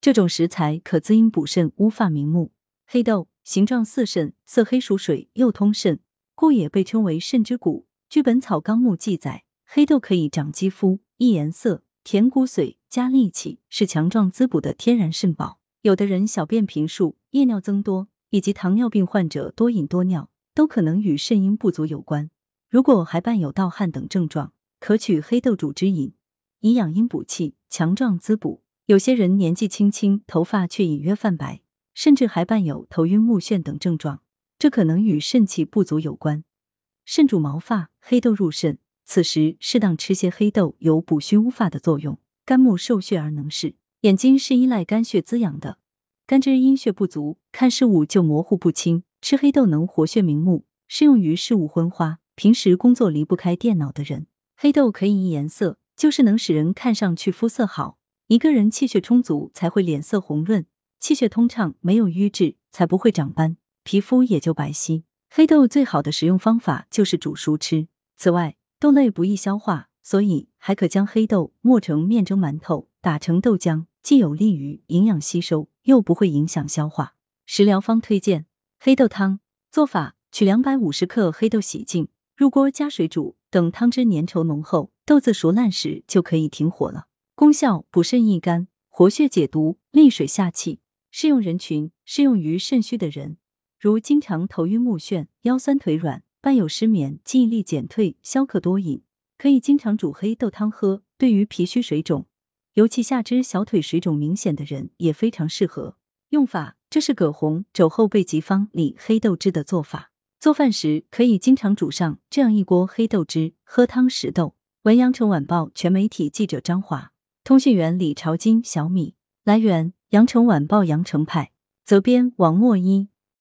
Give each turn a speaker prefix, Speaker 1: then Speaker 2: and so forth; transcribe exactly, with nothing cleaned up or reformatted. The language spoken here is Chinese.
Speaker 1: 这种食材可滋阴补肾、乌发明目。黑豆形状似肾，色黑属水，又通肾，故也被称为肾之谷。据《本草纲目》记载，黑豆可以长肌肤、益颜色、填骨髓、加力气，是强壮滋补的天然肾宝。有的人小便频数、夜尿增多，以及糖尿病患者多饮多尿，都可能与肾阴不足有关。如果还伴有盗汗等症状，可取黑豆煮汁饮，以养阴补气，强壮滋补。有些人年纪轻轻，头发却隐约泛白，甚至还伴有头晕目眩等症状，这可能与肾气不足有关。肾主毛发，黑豆入肾，此时适当吃些黑豆有补虚乌发的作用。肝木受血而能视，眼睛是依赖肝血滋养的，肝汁阴血不足，看事物就模糊不清。吃黑豆能活血明目，适用于事物昏花，平时工作离不开电脑的人。黑豆可以益颜色，就是能使人看上去肤色好。一个人气血充足才会脸色红润，气血通畅，没有瘀滞，才不会长斑，皮肤也就白皙。黑豆最好的食用方法就是煮熟吃。此外，豆类不易消化，所以还可将黑豆磨成面蒸馒头，打成豆浆，既有利于营养吸收，又不会影响消化。食疗方推荐黑豆汤。做法：取两百五十克黑豆洗净，入锅加水煮，等汤汁粘稠浓厚，豆子熟烂时就可以停火了。功效：补肾益肝，活血解毒，利水下气。适用人群：适用于肾虚的人，如经常头晕目眩、腰酸腿软、伴有失眠、记忆力减退、消渴多饮，可以经常煮黑豆汤喝。对于脾虚水肿，尤其下肢小腿水肿明显的人也非常适合。用法：这是葛洪《肘后备急方》里黑豆汁的做法。做饭时可以经常煮上这样一锅黑豆汁，喝汤食豆。文阳城晚报全媒体记者张华，通讯员李朝金、小米。来源：阳城晚报阳城派，责编王墨一。